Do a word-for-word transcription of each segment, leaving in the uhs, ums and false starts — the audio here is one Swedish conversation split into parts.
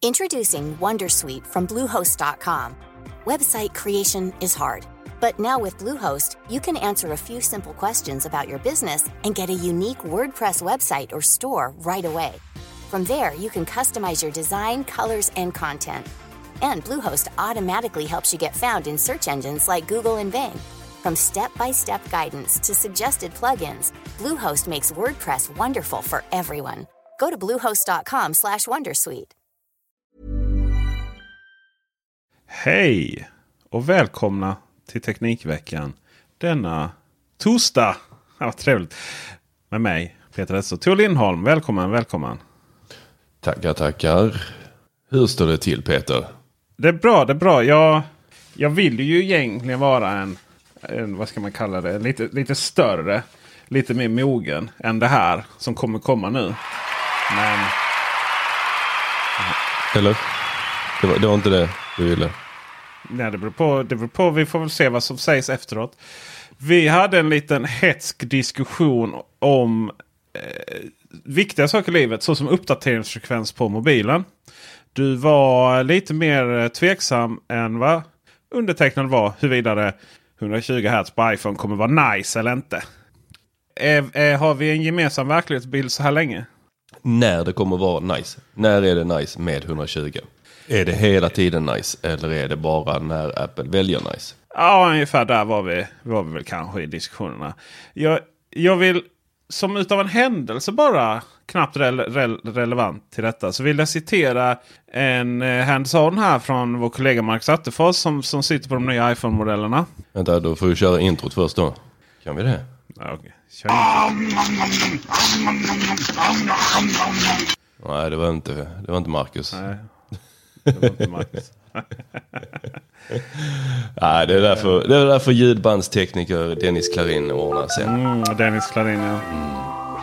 Introducing Wondersuite from Bluehost dot com. Website creation is hard, but now with Bluehost, you can answer a few simple questions about your business and get a unique WordPress website or store right away. From there, you can customize your design, colors, and content. And Bluehost automatically helps you get found in search engines like Google and Bing. From step-by-step guidance to suggested plugins, Bluehost makes WordPress wonderful for everyone. Go to bluehost dot com slash wondersuite. Hej och välkomna till Teknikveckan denna torsdag. Ja, vad trevligt. Med mig, Peter Esse. Tor Lindholm, välkommen, välkommen. Tackar, tackar. Hur står det till, Peter? Det är bra, det är bra. Jag, jag vill ju egentligen vara en, en vad ska man kalla det, lite, lite större, lite mer mogen än det här som kommer komma nu. Men... Eller? Det var, det var inte det du ville. Nej, det beror på, det beror på. Vi får väl se vad som sägs efteråt. Vi hade en liten hetsk diskussion om eh, viktiga saker i livet, såsom uppdateringsfrekvens på mobilen. Du var lite mer tveksam än vad undertecknad var huruvida hundratjugo hertz på iPhone kommer vara nice eller inte. Är, är, har vi en gemensam verklighetsbild så här länge? När det kommer vara nice. När är det nice med hundratjugo? Är det hela tiden nice eller är det bara när Apple väljer nice? Ja, ungefär där var vi, var vi väl kanske i diskussionerna. Jag, jag vill, som utav en händelse bara, knappt re, re, relevant till detta, så vill jag citera en eh, hands-on här från vår kollega Marcus Attefors som, som sitter på de nya iPhone-modellerna. Vänta, då får vi köra introt först då. Kan vi det? Ja, okej. Kör intro. Nej, det var inte, det var inte Marcus. Nej. Det var inte Marcus. Nej, det är därför, det är därför ljudbandstekniker Dennis Klarin ordnar sen. Mm, Dennis Klarin, ja. Mm.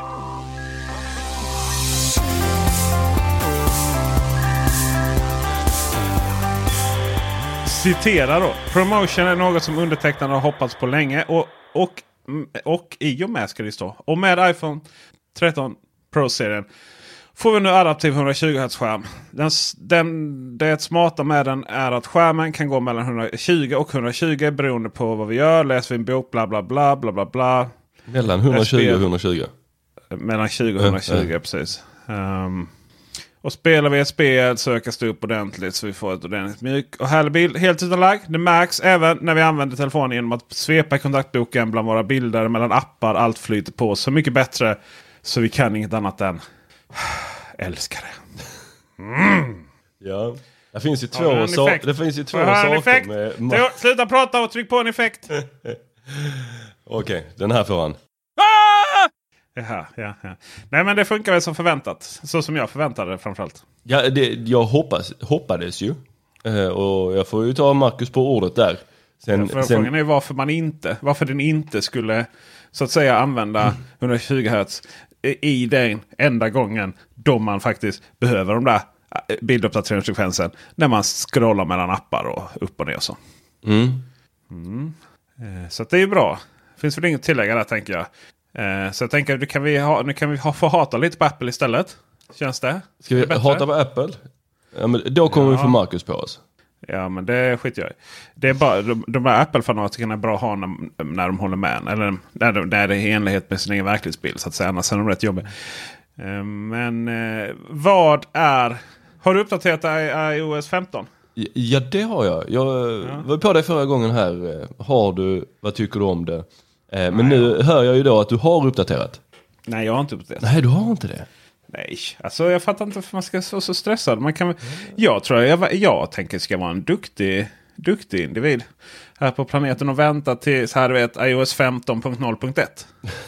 Citera då. Promotion är något som undertecknarna har hoppats på länge. Och, och, och i och med ska det stå. Och med iPhone tretton Pro-serien får vi nu adaptiv hundratjugo hertz-skärm. Den, den, det smarta med den är att skärmen kan gå mellan hundratjugo och hundratjugo beroende på vad vi gör. Läser vi en bok, bla bla bla, bla bla bla. Mellan hundratjugo och hundratjugo? Mellan tjugo och hundratjugo, mm, precis. Um, och spelar vi ett spel så ökas det upp ordentligt så vi får ett ordentligt mjuk och härlig bild. Helt utan lag. Det märks även när vi använder telefonen genom att svepa i kontaktboken bland våra bilder, mellan appar. Allt flyter på så mycket bättre så vi kan inget annat än älskar det. Mm. Ja. Det finns ju två, så, det finns ju två saker med... Ma- Sluta prata och tryck på en effekt. Okej, okay, den här får han. Ah! Jaha, ja, ja. Nej, men det funkar väl som förväntat. Så som jag förväntade framförallt. Ja, det, jag hoppas, hoppades ju. Uh, och jag får ju ta Marcus på ordet där. Sen, ja, sen... Frågan är varför man inte, varför den inte skulle så att säga använda mm. hundratjugo hertz i den enda gången då man faktiskt behöver de där bilduppdateringsfrekvensen när man scrollar mellan appar och upp och ner och så. Mm. Mm. Så att det är ju bra. Finns väl inget tillägga där, tänker jag. Så jag tänker nu kan vi, ha, nu kan vi ha, få hata lite på Apple istället. Känns det? Ska vi hata på Apple? Ja, men då kommer ja. vi få Marcus på oss. Ja, men det skiter jag i. Det är bara, de, de där Apple-fanatikerna är bra att ha när, när de håller med. Eller när, de, när det är i enlighet med sin egen verklighetsbild, så att säga. Annars är de rätt jobbiga. Men eh, vad är... Har du uppdaterat iOS femton? Ja, det har jag. Jag ja. var på dig förra gången här. Har du, vad tycker du om det? Men Nej, nu ja. hör jag ju då att du har uppdaterat. Nej, jag har inte uppdaterat. Nej, du har inte det. Nej, alltså jag fattar inte varför man ska vara så stressad. Man kan, jag tror jag, jag tänker ska vara en duktig, duktig individ här på planeten och vänta till så här, du vet, iOS femton punkt noll punkt ett.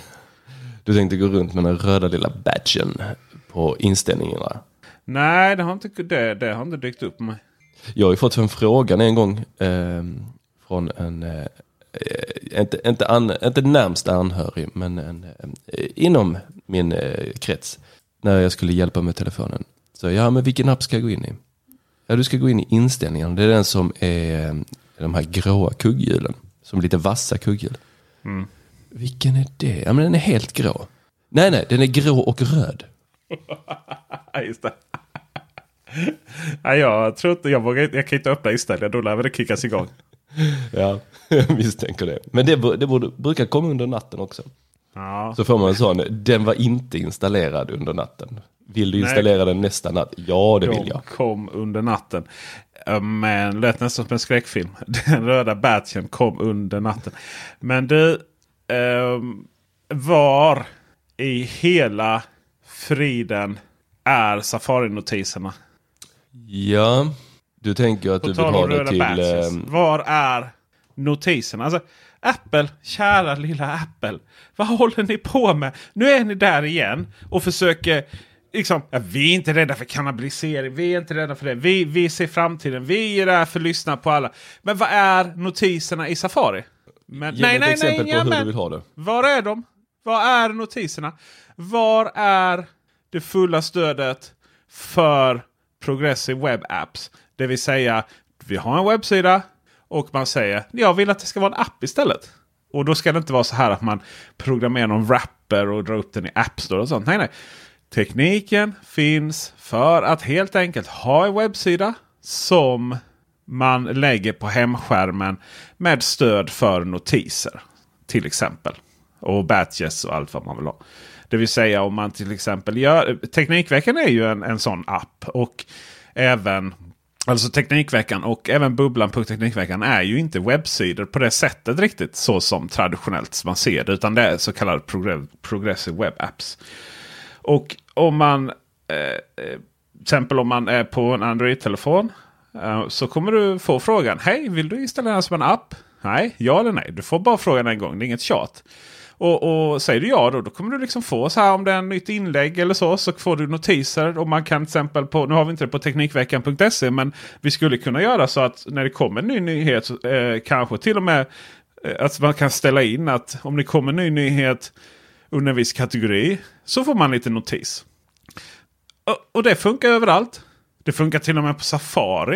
Du tänkte gå runt med den röda lilla badgen på inställningarna. Nej, det har inte, det, det har inte dykt upp mig. Jag har ju fått en fråga en gång eh, från en eh, inte, inte, an, inte närmst anhörig, men en, eh, inom min eh, krets. När jag skulle hjälpa med telefonen. Så ja, men vilken app ska jag gå in i? Ja, du ska gå in i inställningarna. Det är den som är de här gråa kugghjulen. Som lite vassa kugghjul. Mm. Vilken är det? Ja, men den är helt grå. Nej, nej, den är grå och röd. Just det. Nej, jag tror inte, jag, vågar, jag kan inte öppna istället, då lär det kickas igång. Ja, jag misstänker det. Men det, det borde, brukar komma under natten också. Ja. Så får man en sån, den var inte installerad under natten. Vill du installera Nej. den nästa natt? Ja, det De vill jag. kom under natten. Men lät nästan som en skräckfilm. Den röda batchen kom under natten. Men du, eh, var i hela friden är Safari-notiserna? Ja, du tänker att på du vill ha det till... Eh, var är notiserna? Alltså, Apple, kära lilla Apple. Vad håller ni på med? Nu är ni där igen och försöker... Liksom, ja, vi är inte rädda för kannibalisering. Vi är inte rädda för det. Vi, vi ser framtiden. Vi är där för att lyssna på alla. Men vad är notiserna i Safari? Men, Ge nej, ett nej, exempel nej, på ja, hur men, du vill ha det. var är de? Var är notiserna? Var är det fulla stödet för Progressive Web Apps? Det vill säga, vi har en webbsida och man säger, jag vill att det ska vara en app istället. Och då ska det inte vara så här att man programmerar någon wrapper och drar upp den i App Store och sånt. Nej, nej. Tekniken finns för att helt enkelt ha en webbsida som man lägger på hemskärmen med stöd för notiser till exempel. Och batches och allt vad man vill ha. Det vill säga om man till exempel gör... Teknikveckan är ju en, en sån app. Och även... Alltså Teknikveckan och även bubblan på Teknikveckan är ju inte webbsidor på det sättet riktigt. Så som traditionellt man ser det. Utan det är så kallade progr- progressive web apps. Och om man... Eh, till exempel om man är på en Android-telefon. Eh, så kommer du få frågan. Hej, vill du installera som en app? Nej, ja eller nej. Du får bara frågan en gång. Det är inget tjat. Och, och säger du ja då, då kommer du liksom få så här om det är en nytt inlägg eller så, så får du notiser. Och man kan till exempel på, nu har vi inte det på teknikveckan punkt se, men vi skulle kunna göra så att när det kommer en ny nyhet, eh, kanske till och med eh, att man kan ställa in att om det kommer en ny nyhet under en viss kategori så får man lite notis. Och, och det funkar överallt. Det funkar till och med på Safari.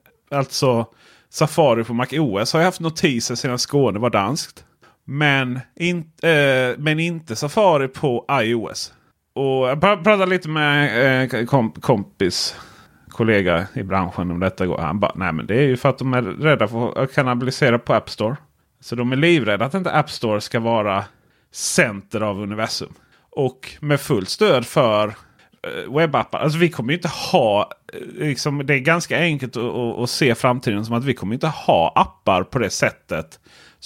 Alltså Safari på macOS har jag haft notiser sedan Skåne var danskt. Men, in, eh, men inte Safari på iOS. Och jag pratade lite med eh, komp- kompis, kollega i branschen om detta går. Han bara, nej men det är ju för att de är rädda för att kannibalisera på App Store. Så de är livrädda att inte App Store ska vara center av universum. Och med fullt stöd för eh, webbappar. Alltså vi kommer ju inte ha, liksom, det är ganska enkelt att, att, att se framtiden som att vi kommer inte ha appar på det sättet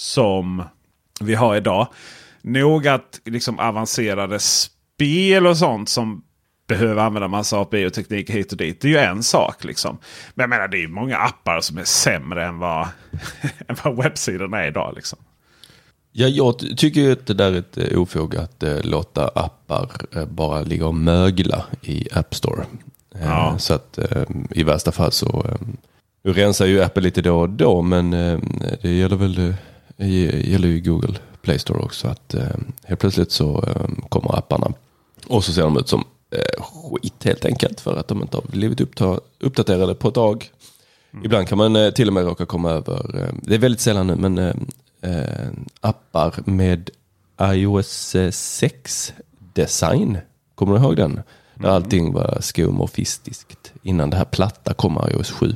som vi har idag. Nog att liksom avancerade spel och sånt som behöver använda massa A P I-teknik hit och dit. Det är ju en sak liksom. Men jag menar, det är ju många appar som är sämre än vad, än vad webbsidorna är idag liksom. Ja, jag tycker ju att det där är ett ofog att eh, låta appar eh, bara ligga och mögla i App Store. Eh, ja. Så att eh, i värsta fall så eh, nu rensar ju Apple lite då och då, men eh, det gäller väl eh, det gäller ju Google Play Store också, att eh, helt plötsligt så eh, kommer apparna och så ser de ut som eh, skit helt enkelt för att de inte har blivit uppta- uppdaterade på ett tag. Mm. Ibland kan man eh, till och med råka komma över, eh, det är väldigt sällan nu, men eh, eh, appar med iOS sex design, kommer du ihåg den? Mm. Där allting var skomorfistiskt innan det här platta kom iOS sju.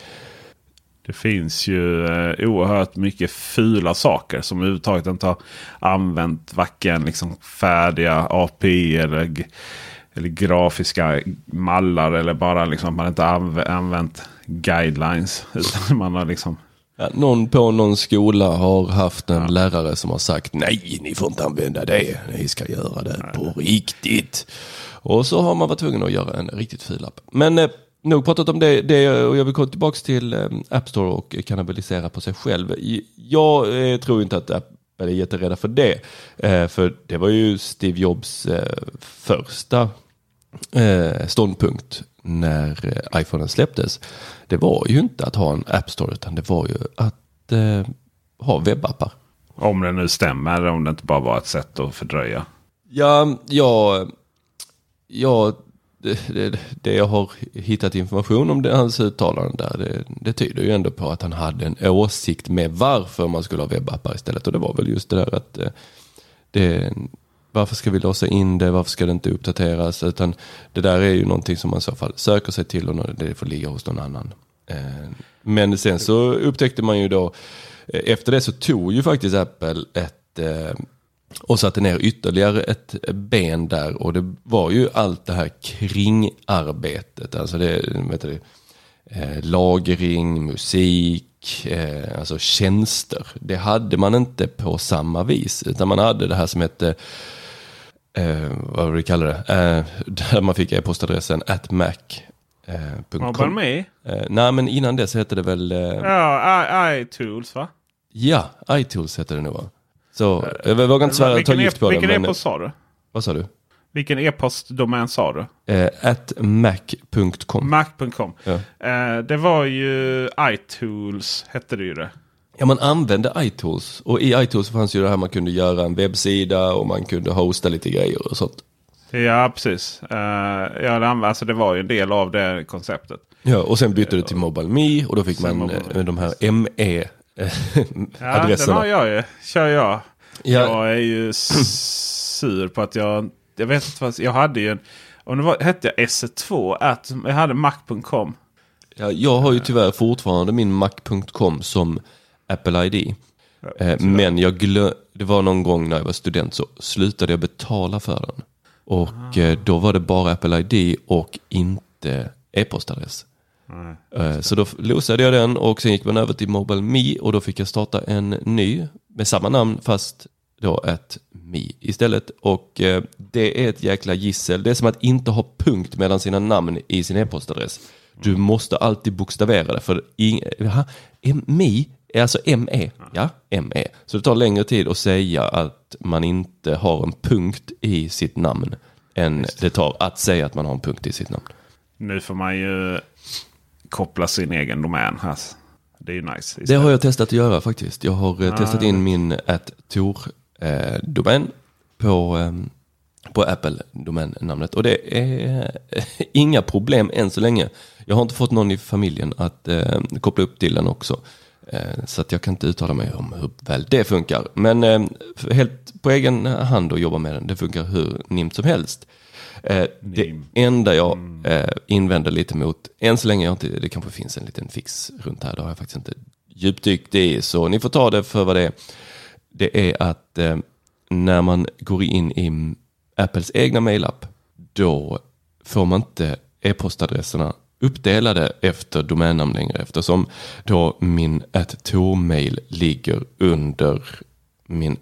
Det finns ju eh, oerhört mycket fula saker som överhuvudtaget inte har använt varken liksom färdiga A P I eller, eller grafiska mallar eller bara liksom man inte anv- använt guidelines utan man har liksom... Ja, någon på någon skola har haft en ja. lärare som har sagt nej, ni får inte använda det, ni ska göra det nej. på riktigt. Och så har man varit tvungen att göra en riktigt ful app. Men eh, nog pratat om det, det och jag vill gå tillbaka till eh, App Store och kannibalisera på sig själv. Jag eh, tror inte att Apple är jätterädda för det. Eh, för det var ju Steve Jobs eh, första eh, ståndpunkt när eh, iPhonen släpptes. Det var ju inte att ha en App Store, utan det var ju att eh, ha webbappar. Om det nu stämmer, eller om det inte bara var ett sätt att fördröja. Ja, jag... jag Det, det, det jag har hittat information om det, hans uttalande där, det, det tyder ju ändå på att han hade en åsikt med varför man skulle ha webbappar istället. Och det var väl just det där att det varför ska vi låsa in det? Varför ska det inte uppdateras? Utan det där är ju någonting som man i så fall söker sig till och det får ligga hos någon annan. Men sen så upptäckte man ju då, efter det så tog ju faktiskt Apple ett och satte ner ytterligare ett ben där, och det var ju allt det här kringarbetet, alltså det, vet du, eh, lagring, musik, eh, alltså tjänster. Det hade man inte på samma vis, utan man hade det här som hette eh, vad vi kallar det, eh, där man fick e-postadressen at mac punkt com. Med? Eh, nej, men innan det så hette det väl eh, ja, iTools, va? Ja, iTools hette det nog, va? Så jag vågar inte svära ta gift på vilken den. Vilken e-post sa du? Vad sa du? Vilken e-postdomän sa du? Eh, at mac punkt com. mac punkt com. Ja. Eh, det var ju iTools, hette det ju det. Ja, man använde iTools. Och i iTools fanns ju det här man kunde göra en webbsida och man kunde hosta lite grejer och sånt. Ja, precis. Uh, ja, det, alltså, det var ju en del av det konceptet. Ja, och sen bytte det till MobileMe och då fick man uh, de här M E-adresserna. Ja, den har jag ju. Kör jag. Ja. Jag är ju sur på att jag... Jag vet inte vad... Jag hade ju en... Om det var, hette jag S två, att jag hade mac punkt com. Ja, jag har ju tyvärr fortfarande min mac punkt com som Apple I D. Ja, eh, men jag glö- det var någon gång när jag var student så slutade jag betala för den. Och ah. eh, då var det bara Apple I D och inte e-postadress. Nej, så då losade jag den och sen gick man över till MobileMe och då fick jag starta en ny med samma namn fast då ett Me istället. Och eh, det är ett jäkla gissel. Det är som att inte ha punkt mellan sina namn i sin e-postadress. Du måste alltid bokstavera det för ing- aha, Me är alltså M E. Ja, M E. Så det tar längre tid att säga att man inte har en punkt i sitt namn än det tar att säga att man har en punkt i sitt namn. Nu får man ju koppla sin egen domän. Alltså. Det är ju nice. Istället. Det har jag testat att göra faktiskt. Jag har ah, testat in min @tor-domän på, eh, på Apple-domännamnet. Och det är eh, inga problem än så länge. Jag har inte fått någon i familjen att eh, koppla upp till den också. Eh, så att jag kan inte uttala mig om hur väl det funkar. Men eh, helt på egen hand att jobba med den. Det funkar hur nimt som helst. Eh, det enda jag eh, invänder lite mot, än så länge jag inte, det kanske finns en liten fix runt här, det har jag faktiskt inte djupdykt i, så ni får ta det för vad det är. Det är att eh, när man går in i Apples egna mailapp, då får man inte e-postadresserna uppdelade efter domännamn längre, eftersom då min @tor-mail ligger under min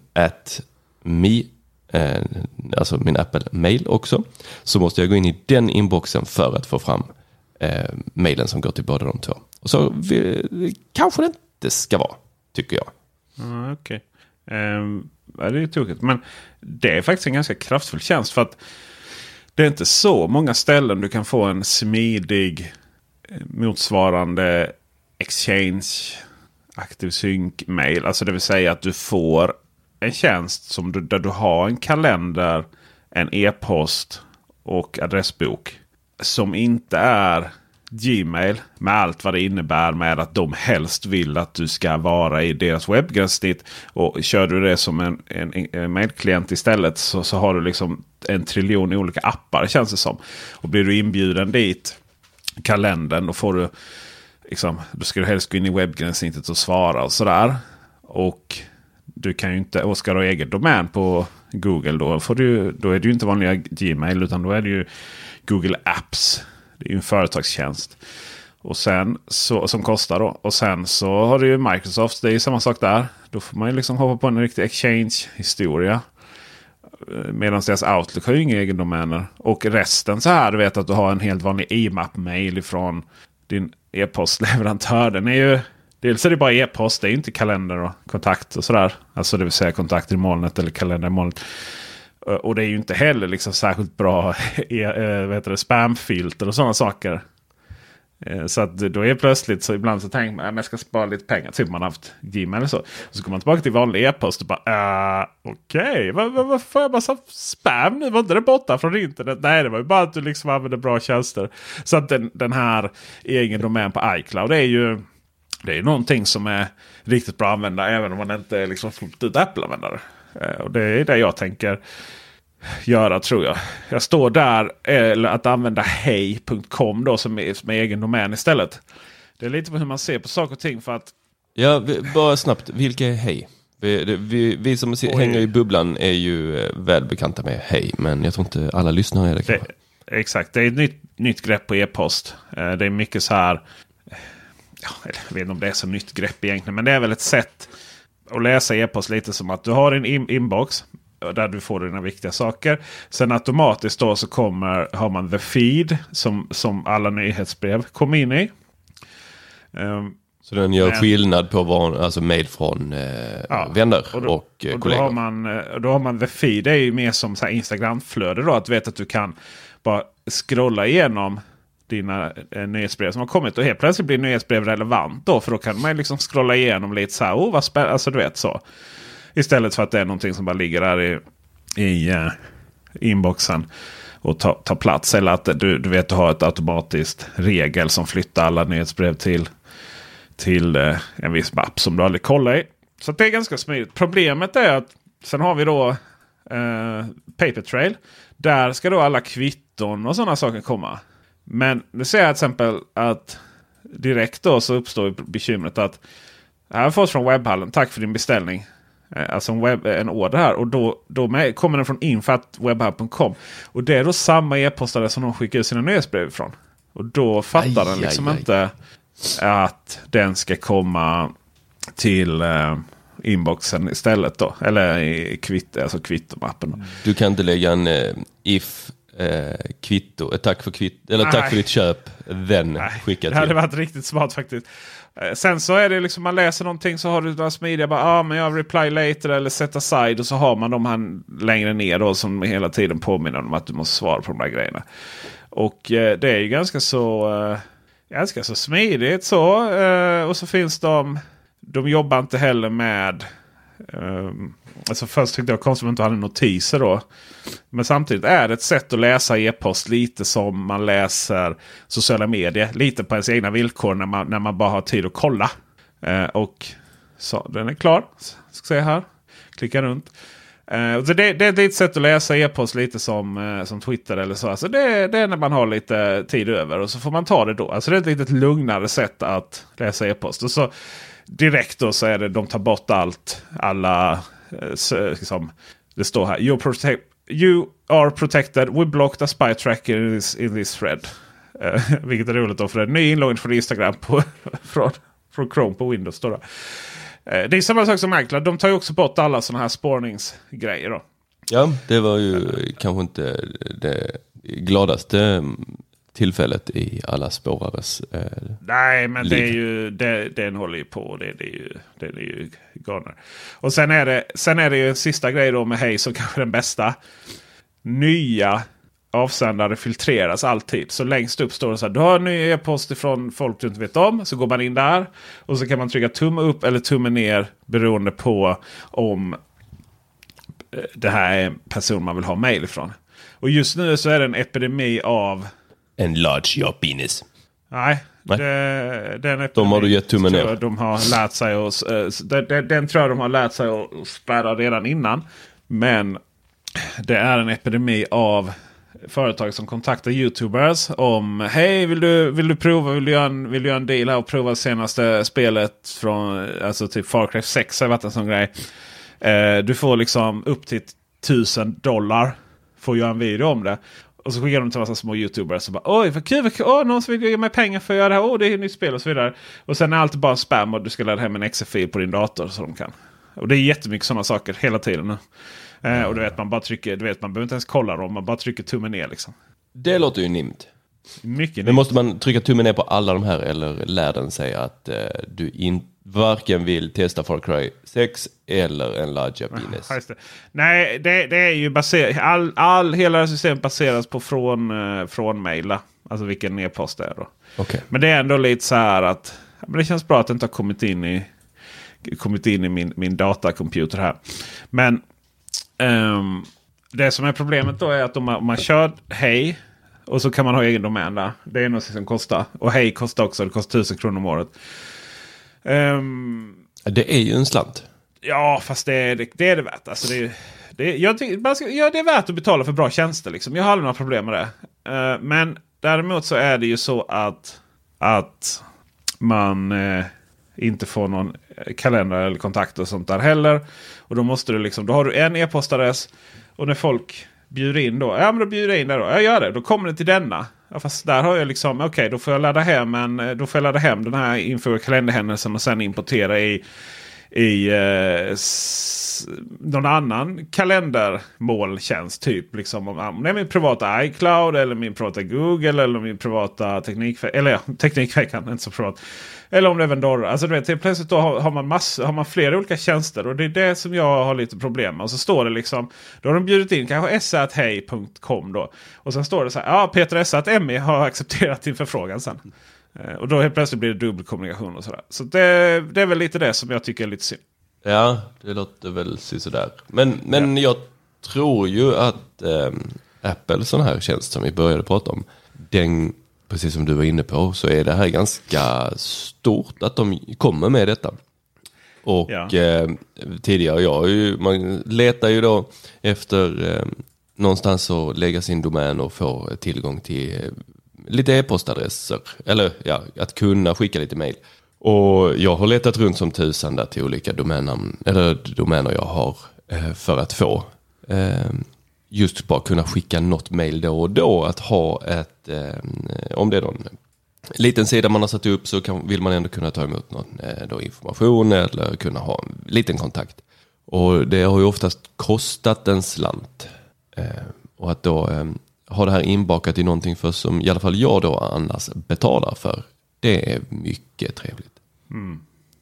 @me, eh, alltså min Apple-mail också, så måste jag gå in i den inboxen för att få fram eh, mailen som går till båda de två. Och så vi, kanske det inte ska vara, tycker jag. Mm, Okej. Okay. Um, det är ju tokigt, men det är faktiskt en ganska kraftfull tjänst för att det är inte så många ställen du kan få en smidig motsvarande Exchange Active Sync-mail. Alltså det vill säga att du får en tjänst som du, där du har en kalender, en e-post och adressbok som inte är Gmail med allt vad det innebär med att de helst vill att du ska vara i deras webbgränssnitt, och kör du det som en, en, en mailklient istället så, så har du liksom en triljon olika appar, känns det som. Och blir du inbjuden dit, kalendern, då får du liksom, då ska du helst gå in i webbgränssnittet och svara och sådär. Och du kan ju inte, och ska du ha egen domän på Google, då, får du, då är det ju inte vanliga Gmail utan då är det ju Google Apps. Det är ju en företagstjänst. Och sen så, som kostar då. Och sen så har du ju Microsoft. Det är ju samma sak där. Då får man ju liksom hoppa på en riktig Exchange-historia. Medan deras Outlook har ju inga egendomäner. Och resten så här, du vet att du har en helt vanlig I M A P-mail ifrån din e-postleverantör. Den är ju, dels är det bara e-post. Det är ju inte kalender och kontakt och sådär. Alltså det vill säga kontakter i molnet eller kalender i molnet. Och det är ju inte heller liksom särskilt bra vad heter det, spamfilter och sådana saker. Så att då är plötsligt så ibland så tänker man att jag ska spara lite pengar. Typ man har haft Gmail eller så. Så går man tillbaka till vanlig e-post och bara uh, okej, okay. vad, vad, vad får jag massa spam nu? Var inte det borta från internet? Nej, det var ju bara att du liksom använder bra tjänster. Så att den, den här egen domän på iCloud, det är ju det är någonting som är riktigt bra att använda även om man inte är liksom fullt ut Apple-användare. Och det är det jag tänker. göra, tror jag. Jag står där, eller att använda hej punkt com då som är, som är egen domän istället. Det är lite på hur man ser på saker och ting för att... Ja, vi, bara snabbt. Vilka är hej? Vi, vi, vi som Oj. hänger i bubblan är ju välbekanta med hej, men jag tror inte alla lyssnare är det. det exakt, det är ett nytt, nytt grepp på e-post. Det är mycket så här... Ja, jag vet inte om det är så nytt grepp egentligen, men det är väl ett sätt att läsa e-post lite som att du har en in- inbox där du får dina viktiga saker. Sen automatiskt då så kommer, har man the feed som, som alla nyhetsbrev kommer in i. Um, så den gör men, skillnad på vad, alltså mejl från eh, ja, vänner och, då, och, eh, och kollegor. Då har, man, då har man the feed. Det är ju mer som så här Instagram-flöde då. Att du vet att du kan bara scrolla igenom dina eh, nyhetsbrev som har kommit. Och helt plötsligt blir nyhetsbrev relevant då. För då kan man liksom scrolla igenom lite så här. Oh, vad spännande. Alltså du vet så. Istället för att det är någonting som bara ligger där i, i uh, inboxen och tar ta plats. Eller att du, du vet du har ett automatiskt regel som flyttar alla nyhetsbrev till, till uh, en viss mapp som du aldrig kollar i. Så det är ganska smidigt. Problemet är att sen har vi då uh, Papertrail. Där ska då alla kvitton och sådana saker komma. Men nu ser jag till exempel att direkt då så uppstår bekymret att jag har fått från webbhallen. Tack för din beställning. Alltså en, webb, en order här. Och då, då med, kommer den från info at webhub punkt com. Och det är då samma e-postare som de skickar ut sina nyhetsbrev ifrån. Och då fattar aj, den liksom aj, aj. inte att den ska komma till eh, inboxen istället då. Eller i kvitt, alltså kvittomappen. Du kan inte lägga en eh, if eh, kvitto, ett tack för kvitt, eller tack för ditt köp, den skicka till. Det hade varit riktigt smart faktiskt. Sen så är det liksom, man läser någonting så har du några smidiga, bara, ah, men jag reply later eller set aside, och så har man de här längre ner då som hela tiden påminner om att du måste svara på de här grejerna. Och eh, det är ju ganska så eh, ganska så smidigt så, eh, och så finns de de jobbar inte heller med eh, alltså först tyckte jag konstigt att man inte hade notiser då. Men samtidigt är det ett sätt att läsa e-post lite som man läser sociala medier. Lite på ens egna villkor när man, när man bara har tid att kolla. Eh, och så, den är klar. Ska se här. Klicka runt. Eh, så det, det är ett sätt att läsa e-post lite som, eh, som Twitter eller så. Alltså det, det är när man har lite tid över. Och så får man ta det då. Alltså det är ett lite lugnare sätt att läsa e-post. Och så direkt då så är det, de tar bort allt. Alla... Så, liksom, det står här you, protect, you are protected, we blocked a spy tracker in this, in this thread. Uh, vilket är roligt då, för det är en ny inloggning från Instagram på, från, från Chrome på Windows då. Uh, det är samma sak som Ankla, de tar ju också bort alla sådana här spårningsgrejer då. Ja, det var ju uh, kanske inte det gladaste tillfället i alla spårares eh, nej, men liv. Det är ju det, den håller ju på, det, det är ju det är ju galna. Och sen är det sen är det ju en sista grej då med hej som kanske den bästa. Nya avsändare filtreras alltid. Så längst upp står det så här: du har en ny e-post från folk du inte vet om, så går man in där och så kan man trycka tumme upp eller tumme ner beroende på om det här är en person man vill ha mejl ifrån. Och just nu så är det en epidemi av en large your penis. Nej, Nej. Det, den de har du gett tummen ner. De har lärt sig och, den, den, den tror jag de har lärt sig att spärra redan innan. Men det är en epidemi av företag som kontaktar YouTubers om hej, vill du, vill du prova, vill du göra en, vill du göra en deal här och prova senaste spelet från, alltså typ Far Cry sex har varit en sån grej. Eh, du får liksom upp till tusen dollar för att göra en video om det. Och så skickar de till en massa små YouTubers och bara oj vad kul, vad kul. Åh, någon som vill ge mig pengar för att göra det här. Åh, det är ett nytt spel och så vidare. Och sen är allt bara spam och du ska ladda hem en exe-fil på din dator så de kan. Och det är jättemycket sådana saker hela tiden nu. Eh, och du vet, man bara trycker, du vet, man behöver inte ens kolla dem, man bara trycker tummen ner liksom. Det låter ju nimt. Mycket nimt. Men måste man trycka tummen ner på alla de här eller lär den säga att eh, du inte varken vill testa Far Cry sex eller en large penis? Ja, nej, det, det är ju baserat, all, all, hela systemet baseras på från, uh, från mejla. Alltså vilken e-post det är då. Okay. Men det är ändå lite så här att men det känns bra att det inte har kommit in i kommit in i min, min datacomputer här. Men um, det som är problemet då är att om man, om man kör hej och så kan man ha egen domän där. Det är något som kostar. Och hej kostar också, det kostar tusen kronor om året. Um, det är ju en slant. Ja, fast det är det, det är det värt. Alltså det, Det, jag tycker, man ska, ja, det är värt att betala för bra tjänster. Liksom. Jag har aldrig några problem med det. Uh, men däremot så är det ju så att, att man uh, inte får någon kalender eller kontakt och sånt där heller. Och då måste du liksom, då har du en e-postadress. Och när folk bjuder in då, ja men då bjuder jag in det då. Jag gör det, då kommer det till denna. Ja, fast där har jag liksom, okej okay, då får jag ladda hem en, då får jag ladda hem den här inför kalenderhändelsen och sen importera i i eh, s- någon annan kalendermåltjänst typ liksom om, om det är min privata iCloud eller min privata Google eller min privata teknikveckan eller ja, teknikveckan inte så privat eller om det är Vendora. Alltså du vet, plötsligt då har, har man massor, har man flera olika tjänster och det är det som jag har lite problem med. Och så står det liksom, då har de bjudit in kanske s at hej punkt com då och sen står det så här, ja Peter S at M E har accepterat din förfrågan sen. Och då helt plötsligt blir det dubbelkommunikation och sådär. Så det, det är väl lite det som jag tycker är lite synd. Ja, det låter väl sådär. Men, men ja. Jag tror ju att eh, Apple, sån här tjänst som vi började prata om, den, precis som du var inne på, så är det här ganska stort att de kommer med detta. Och ja. eh, tidigare, jag ju, man letar ju då efter eh, någonstans att lägga sin domän och få tillgång till eh, lite e-postadresser, eller ja, att kunna skicka lite mejl. Och jag har letat runt som tusan där till olika domännamn, eller domäner jag har eh, för att få eh, just bara kunna skicka något mejl då och då. Att ha ett, eh, om det är någon liten sida man har satt upp så kan, vill man ändå kunna ta emot någon eh, då information eller kunna ha en liten kontakt. Och det har ju oftast kostat en slant. Eh, och att då eh, har det här inbakat i någonting för som i alla fall jag då annars betalar för. Det är mycket trevligt. Mm.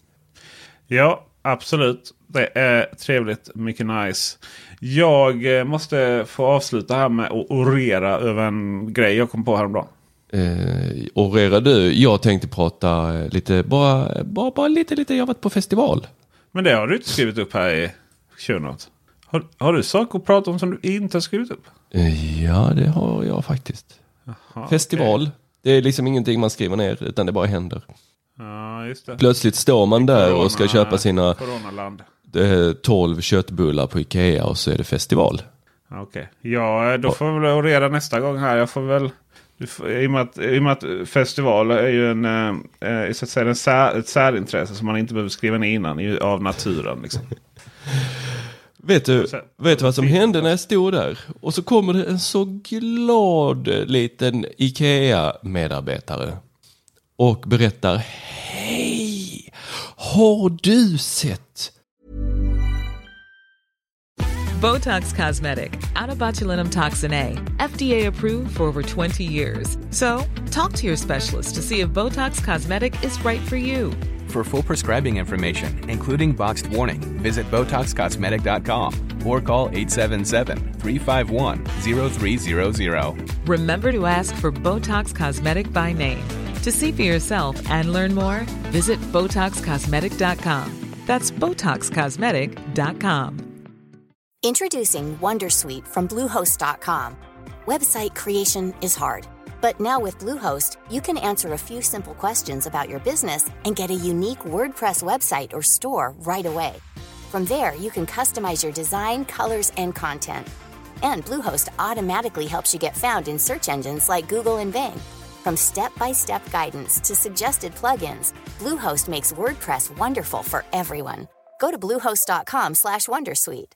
Ja, absolut. Det är trevligt, mycket nice. Jag måste få avsluta här med att orera över en grej jag kom på häromdagen. Eh, orera du? Jag tänkte prata lite, bara, bara, bara lite, lite. Jag har varit på festival. Men det har du inte skrivit upp här i show notes. Har, har du saker att prata om som du inte har skrivit upp? Eh, ja, det har jag faktiskt. Aha, festival. Okay. Det är liksom ingenting man skriver ner utan det bara händer. Ja, just det. Plötsligt står man där corona, och ska köpa sina tolv köttbullar på Ikea och så är det festival. Okej. Okay. Ja, då får vi väl orera nästa gång här. Jag får väl du får, i, och med att, i och med att festival är ju en, eh, så att säga, en sär, ett särintresse som man inte behöver skriva ner innan av naturen liksom. Vet du, vet du vad som hände när jag stod där? Och så kommer det en så glad liten Ikea-medarbetare och berättar: hej, har du sett? Botox Cosmetic, out of botulinum toxin A, F D A approved for over twenty years. So, talk to your specialist to see if Botox Cosmetic is right for you. For full prescribing information, including boxed warning, visit Botox Cosmetic dot com or call eight seven seven, three five one, zero three zero zero. Remember to ask for Botox Cosmetic by name. To see for yourself and learn more, visit Botox Cosmetic dot com. That's Botox Cosmetic dot com. Introducing Wondersuite from Bluehost dot com. Website creation is hard. But now with Bluehost, you can answer a few simple questions about your business and get a unique WordPress website or store right away. From there, you can customize your design, colors, and content. And Bluehost automatically helps you get found in search engines like Google and Bing. From step-by-step guidance to suggested plugins, Bluehost makes WordPress wonderful for everyone. Go to bluehost dot com slash wondersuite.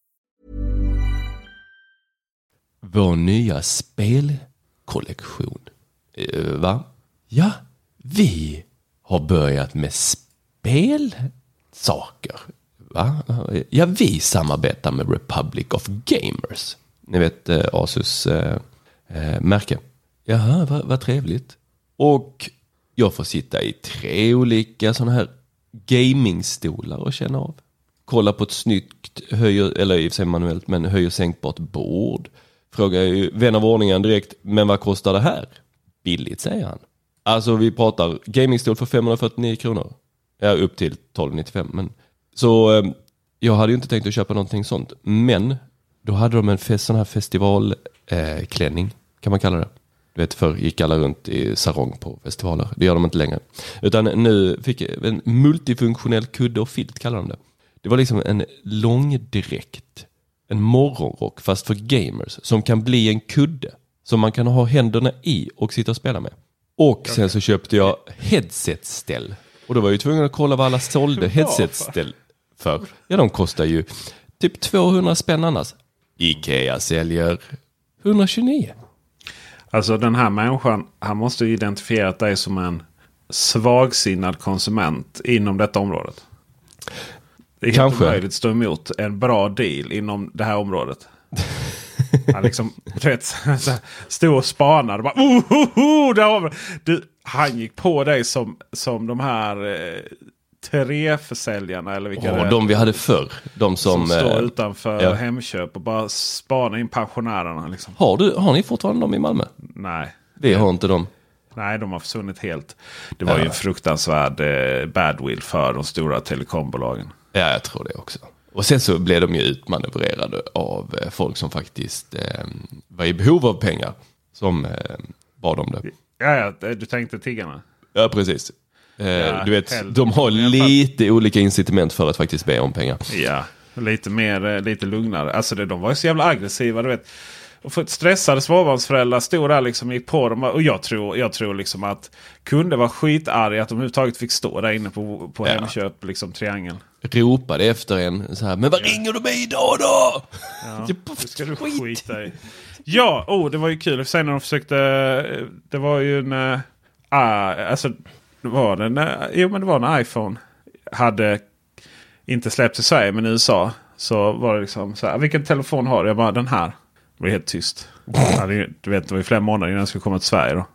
Vår nya spelkollektion. Uh, va? Ja, vi har börjat med spelsaker. Va? Ja, vi samarbetar med Republic of Gamers. Ni vet uh, Asus uh, uh, märke. Jaha, vad, vad trevligt. Och jag får sitta i tre olika sådana här gamingstolar och känna av. Kolla på ett snyggt höjer, eller i och för sig manuellt, men höjer sänkbart bord. Frågar ju vän av ordningen direkt, men vad kostar det här? Billigt, säger han. Alltså vi pratar gamingstol för femhundrafyrtionio kronor. Ja, upp till tolv nittiofem. Men, så eh, jag hade ju inte tänkt att köpa någonting sånt. Men då hade de en fest, sån här festivalklänning, eh, kan man kalla det. Du vet, förr gick alla runt i sarong på festivaler. Det gör de inte längre. Utan nu fick jag en multifunktionell kudde och filt, kallar de det. Det var liksom en lång dräkt en morgonrock fast för gamers som kan bli en kudde som man kan ha händerna i och sitta och spela med. Och sen så köpte jag headsetställ. Och då var jag ju tvungen att kolla vad alla sålde headsetställ för. Ja, de kostar ju typ tvåhundra spänn annars. Ikea säljer etthundratjugonio. Alltså den här människan, han måste ju identifiera dig som en svagsinnad konsument inom detta området. Det är Kanske. helt möjligt att stå emot en bra deal inom det här området. Han liksom, du vet, stod och spanade. Bara, oh, oh, oh, där har vi. Du, han gick på dig som, som de här eh, tre-försäljarna. Eller vilka oh, det är. De vi hade förr. De som, som står eh, utanför ja. Hemköp och bara spanar in pensionärerna. Liksom. Har, du, har ni fortfarande dem i Malmö? Nej. Vi har inte dem. Nej, de har försvunnit helt. Det var ja. ju en fruktansvärd eh, badwill för de stora telekombolagen. Ja, jag tror det också. Och sen så blev de ju utmanövrerade av eh, folk som faktiskt eh, var i behov av pengar. Som eh, bad om det. Ja, ja, du tänkte tiggarna. Ja, precis. Eh, Ja, du vet, hellre. de har lite olika incitament för att faktiskt be om pengar. Ja, lite mer, eh, lite lugnare. Alltså det, de var ju så jävla aggressiva, du vet. Och för ett stressade småbarnsföräldrar stod där liksom, gick på dem. Och jag tror, jag tror liksom att kunder var skitarga att de överhuvudtaget fick stå där inne på, på Ja. Hemköp, liksom triangeln. Ropade efter en så här, men vad ringer du mig idag då? Ja, Jag det ska du skit. skita i. Ja, oh, det var ju kul. Sen när de försökte, det var ju en, äh, alltså det var den, äh, jo men det var en iPhone. Hade inte släppts i Sverige men i U S A. Så var det liksom så här, vilken telefon har du? Jag bara, den här. Det blev helt tyst. Du vet, det var ju flera månader innan den skulle komma till Sverige då.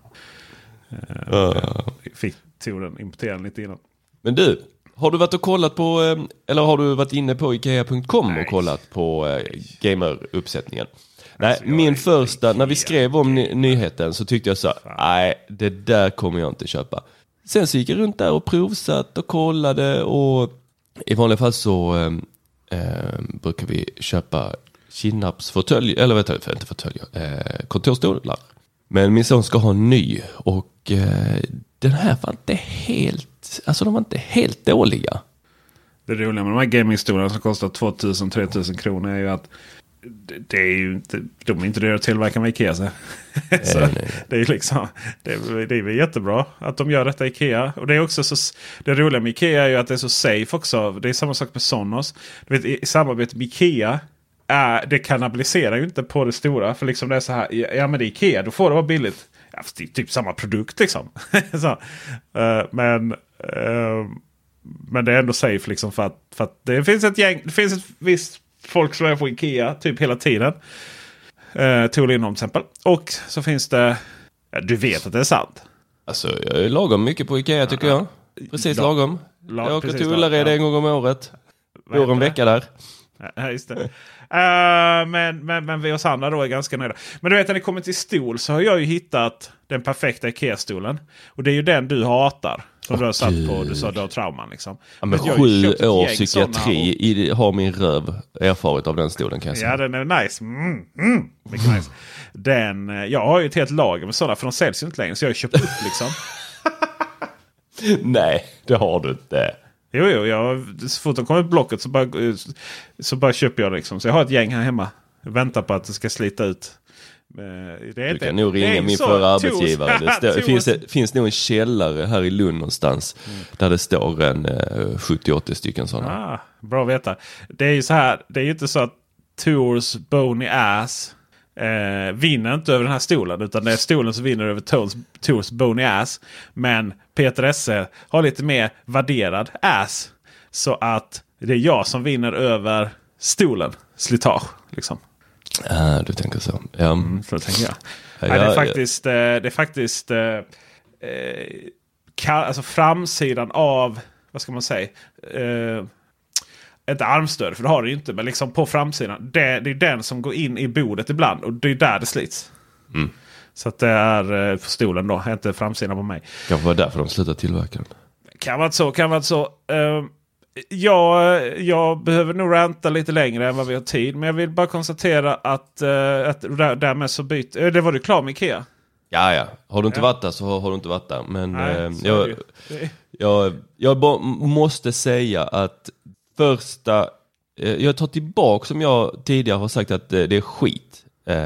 Uh. Fick tog den, importerade den lite innan. Men du, har du varit och kollat på, eh, eller har du varit inne på ikea punkt com Nej. och kollat på eh, gameruppsättningen? Nej, Alltså, jag min är första, inte när vi Ikea. skrev om ny- nyheten så tyckte jag så, nej, det där kommer jag inte köpa. Sen så gick jag runt där och provsatt och kollade och i vanliga fall så eh, eh, brukar vi köpa kinnapsfåtölj, eller vet jag, inte fåtölj, eh, kontorstolar. Men min son ska ha en ny och eh, den här var inte helt, alltså de var inte helt dåliga. Det roliga med de här gamingstolarna som kostar två tusen till tre tusen kronor är ju att det, det är ju inte, de är inte det att tillverka med Ikea. Så. så nej, nej. Det är ju liksom, det är, det är väl jättebra att de gör detta i Ikea. Och det är också så, det roliga med Ikea är ju att det är så safe också. Det är samma sak med Sonos. Du vet, i, i samarbete med Ikea, äh, det kannibaliserar ju inte på det stora. För liksom det är så här, ja men det är Ikea, då får det vara billigt. Ja, det är typ samma produkt liksom. så, uh, men... Uh, Men det är ändå safe liksom för att, för att det finns ett gäng, det finns ett visst folk som är på Ikea typ hela tiden. Eh, Tool Lindholm till exempel. Och så finns det, ja, du vet att det är sant. Alltså jag är lagom mycket på Ikea tycker jag. Precis La- lagom. la- Jag åker precis till lag- Ullared ja. en gång om året. Vad Går en heter vecka där. Ja, just det. Uh, men, men, men vi oss andra då är ganska nöjda. Men du vet, när det kommer till stol så har jag ju hittat den perfekta Ikea-stolen. Och det är ju den du hatar. Som Åh, du har satt Gud. på, du sa du har trauman liksom. Ja, men jag har ju sju köpt ett år gäng psykiatri såna och- i, har min röv erfarit av den stolen kan jag säga. Ja, den är nice. Mm, mm, mycket nice. Den, eh, jag har ju ett helt lager med sådana, för de säljs ju inte längre. Så jag har ju köpt upp liksom. Nej, det har du inte. Jo, jo, jag, så fort de kommer ut blocket så bara, så bara köper jag liksom. Så jag har ett gäng här hemma. Jag väntar på att det ska slita ut. Det är Du inte, kan nog det är ringa ju min så. förra Tos- arbetsgivare. Det, står, det Tos- finns, det finns nog en källare här i Lund någonstans. Mm. Där det står en eh, sjuttio åttio stycken sådana. Ah, bra att veta. Det är ju så här. Det är ju inte så att Tors Bony Ass eh, vinner inte över den här stolen. Utan det är stolen som vinner över Tors, Tors Bony Ass. Men Peter Esse har lite mer värderad ass. Så att det är jag som vinner över stolen. Slitage liksom. Ah, du tänker så. Ja. Mm, så tänker jag. Ja, Nej, det är ja, faktiskt, eh, det är faktiskt eh, eh, ka- alltså framsidan av, vad ska man säga, eh, ett armstöd, för det har det ju inte, men liksom på framsidan, det, det är den som går in i bordet ibland och det är där det slits. Mm. Så att det är eh, på stolen då, inte framsidan på mig. Kanske var därför de slutade tillverka den. Kan vara så, kan vara så. Eh, jag, jag behöver nog ranta lite längre än vad vi har tid, men jag vill bara konstatera att, eh, att där, därmed så byter, eh, det var du klar med Ikea? Ja, ja. Har du inte Ja. varit där så har, har du inte varit där. Men Nej, eh, så är det jag, ju. jag, jag bara måste säga att första jag tar tillbaka som jag tidigare har sagt att det är skit.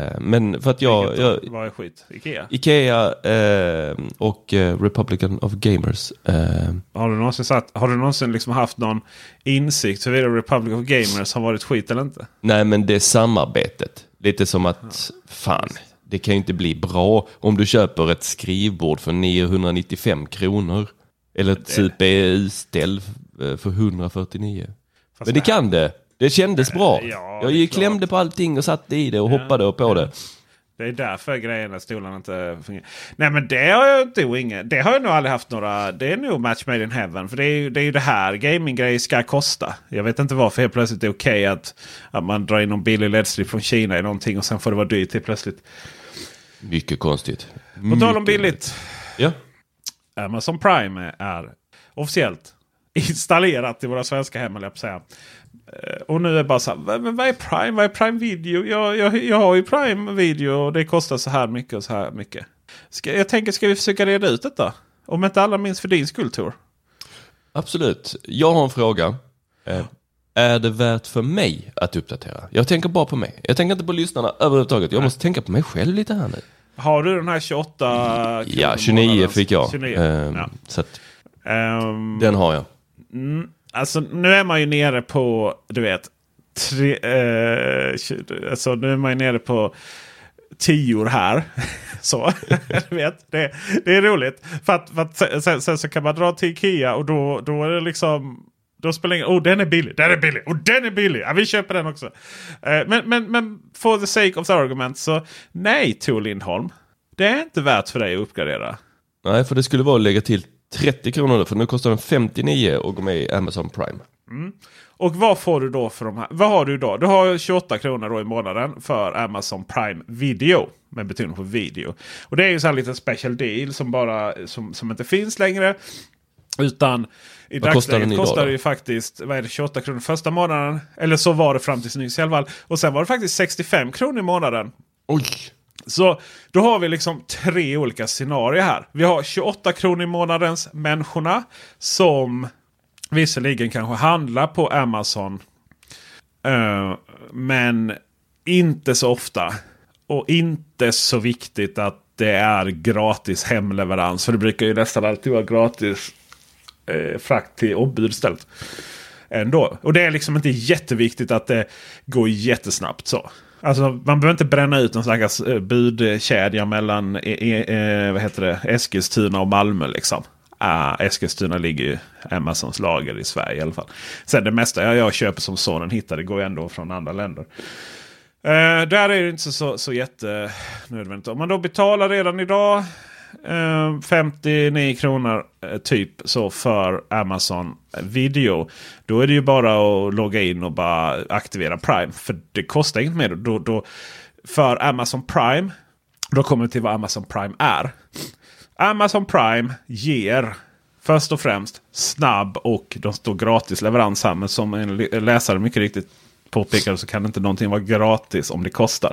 Men för att jag... jag Vad är skit? Ikea? Ikea eh, och eh, Republican of Gamers. Eh. Har du någonsin, satt, har du någonsin liksom haft någon insikt huruvida Republic of Gamers har varit skit eller inte? Nej, men det är samarbetet. Lite som att, fan, det kan ju inte bli bra om du köper ett skrivbord för niohundranittiofem kronor. Eller ett C P U-ställ för hundrafyrtionio. Fast men det, det kan det. Det kändes bra. Ja, jag gick klämde på allting och satte i det och ja, hoppade på det. Det är därför grejerna stolarna inte fungerar. Nej, men det har jag inte inget. Det har jag nog aldrig haft några. Det är nog match made in heaven. För det är ju det, är ju det här gaminggrejer ska kosta. Jag vet inte varför helt plötsligt det är okej att, att man drar in någon billig L E D-strip från Kina i någonting och sen får det vara dyrt till plötsligt. Mycket konstigt. På tal om billigt. Ja. Amazon Prime är officiellt installerat i våra svenska hem, eller jag på säga. Och nu är det bara så här, men vad är Prime? Vad är Prime Video? Jag, jag, jag har ju Prime Video och det kostar så här mycket och så här mycket. Ska, jag tänker, ska vi försöka reda ut detta? Om inte alla minns för din skulptur. Absolut. Jag har en fråga. Eh, är det värt för mig att uppdatera? Jag tänker bara på mig. Jag tänker inte på lyssnarna överhuvudtaget. Jag måste tänka på mig själv lite här nu. Har du den här tjugoåtta? Ja, tjugonio fick jag. tjugonio. Eh, ja. Så att, um, den har jag. Mm. Alltså nu är man ju nere på, du vet, tre, eh, tjugo, alltså nu är man ju nere på tior här. Så, du vet, det, det är roligt. För att, för att sen, sen så kan man dra till Ikea och då, då är det liksom, då spelar ingen, oh den är billig, den är billig, och den är billig. Ja, vi köper den också. Eh, men, men, men for the sake of the argument så, nej Tor Lindholm, det är inte värt för dig att uppgradera. Nej, för det skulle vara att lägga till trettio kronor, för nu kostar den femtionio och går med i Amazon Prime. Mm. Och vad får du då för de här? Vad har du då? Du har tjugoåtta kronor då i månaden för Amazon Prime Video. Med betoning på video. Och det är ju så här lite special deal som bara som, som inte finns längre. Utan i dagsläget kostar det ju faktiskt, vad är det, tjugoåtta kronor första månaden. Eller så var det fram till nyss i alla fall. Och sen var det faktiskt sextiofem kronor i månaden. Oj! Så då har vi liksom tre olika scenarier här. Vi har tjugoåtta kronor i månadens människorna som visserligen kanske handlar på Amazon. Uh, men inte så ofta. Och inte så viktigt att det är gratis hemleverans. För det brukar ju nästan alltid vara gratis uh, frakt till ombud istället. Ändå. Och det är liksom inte jätteviktigt att det går jättesnabbt så. Alltså man behöver inte bränna ut någon slags budkedja mellan e, e, vad heter det, Eskilstuna och Malmö liksom. Ah, Eskilstuna ligger ju Amazons lager i Sverige i alla fall. Sen det mesta jag, jag köper som sonen hittar, det går ju ändå från andra länder. Uh, där är det inte så, så, så jättenödvändigt. Om man då betalar redan idag uh, femtionio kronor uh, typ så för Amazon Video, då är det ju bara att logga in och bara aktivera Prime. För det kostar inget mer. Då, då, för Amazon Prime, då kommer det till vad Amazon Prime är. Amazon Prime ger först och främst snabb och de står gratis leverans här. Men som en läsare mycket riktigt påpekade så kan inte någonting vara gratis om det kostar.